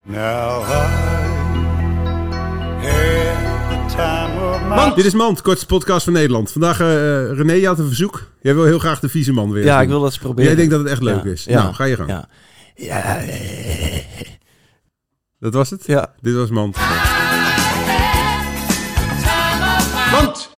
Now I had the time of my... Mand, dit is Mand, kortste podcast van Nederland. Vandaag, René, je had een verzoek. Jij wil heel graag de vieze man weer. Ja, ik wil dat eens proberen. Jij denkt dat het echt leuk is. Ja. Nou, ga je gang. Ja. Ja. Dat was het? Ja. Dit was Mand. Mand!